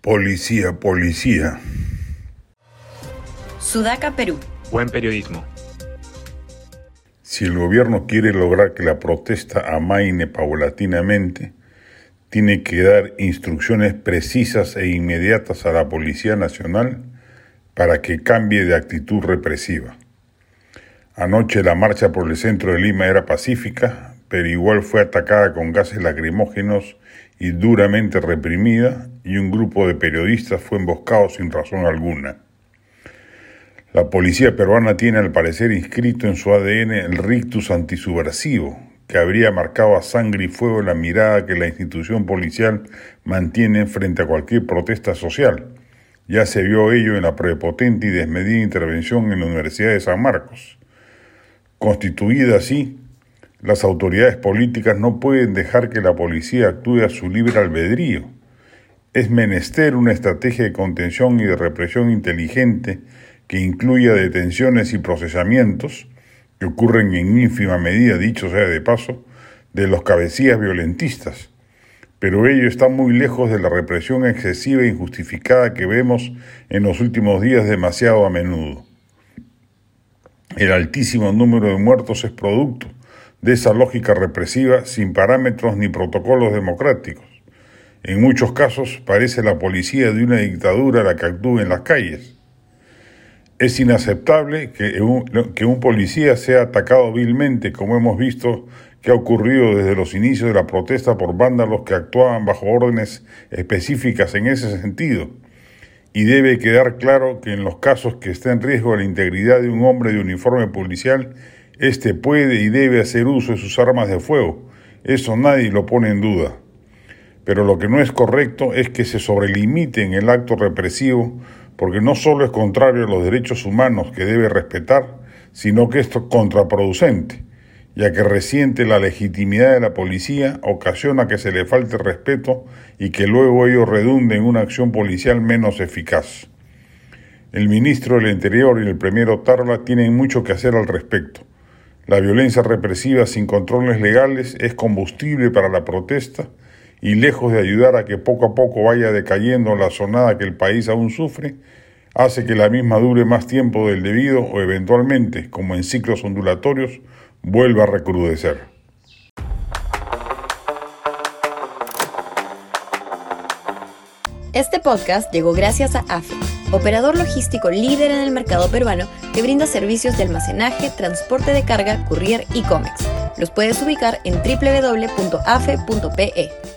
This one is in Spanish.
Policía, policía. Sudaca, Perú. Buen periodismo. Si el gobierno quiere lograr que la protesta amaine paulatinamente, tiene que dar instrucciones precisas e inmediatas a la Policía Nacional para que cambie de actitud represiva. Anoche la marcha por el centro de Lima era pacífica, pero igual fue atacada con gases lacrimógenos y duramente reprimida, y un grupo de periodistas fue emboscado sin razón alguna. La policía peruana tiene al parecer inscrito en su ADN el rictus antisubversivo, que habría marcado a sangre y fuego la mirada que la institución policial mantiene frente a cualquier protesta social. Ya se vio ello en la prepotente y desmedida intervención en la Universidad de San Marcos. Constituida así, las autoridades políticas no pueden dejar que la policía actúe a su libre albedrío. Es menester una estrategia de contención y de represión inteligente que incluya detenciones y procesamientos, que ocurren en ínfima medida, dicho sea de paso, de los cabecillas violentistas. Pero ello está muy lejos de la represión excesiva e injustificada que vemos en los últimos días demasiado a menudo. El altísimo número de muertos es producto de esa lógica represiva sin parámetros ni protocolos democráticos. En muchos casos parece la policía de una dictadura la que actúa en las calles. Es inaceptable que un policía sea atacado vilmente, como hemos visto que ha ocurrido desde los inicios de la protesta por vándalos que actuaban bajo órdenes específicas en ese sentido. Y debe quedar claro que en los casos que esté en riesgo la integridad de un hombre de uniforme policial, éste puede y debe hacer uso de sus armas de fuego. Eso nadie lo pone en duda. Pero lo que no es correcto es que se sobrelimite en el acto represivo, porque no solo es contrario a los derechos humanos que debe respetar, sino que es contraproducente, ya que resiente la legitimidad de la policía, ocasiona que se le falte respeto y que luego ello redunde en una acción policial menos eficaz. El ministro del Interior y el premier Otárola tienen mucho que hacer al respecto. La violencia represiva sin controles legales es combustible para la protesta y lejos de ayudar a que poco a poco vaya decayendo la sonada que el país aún sufre, hace que la misma dure más tiempo del debido o eventualmente, como en ciclos ondulatorios, vuelva a recrudecer. Este podcast llegó gracias a AFE, operador logístico líder en el mercado peruano que brinda servicios de almacenaje, transporte de carga, courier y cómics. Los puedes ubicar en www.afe.pe.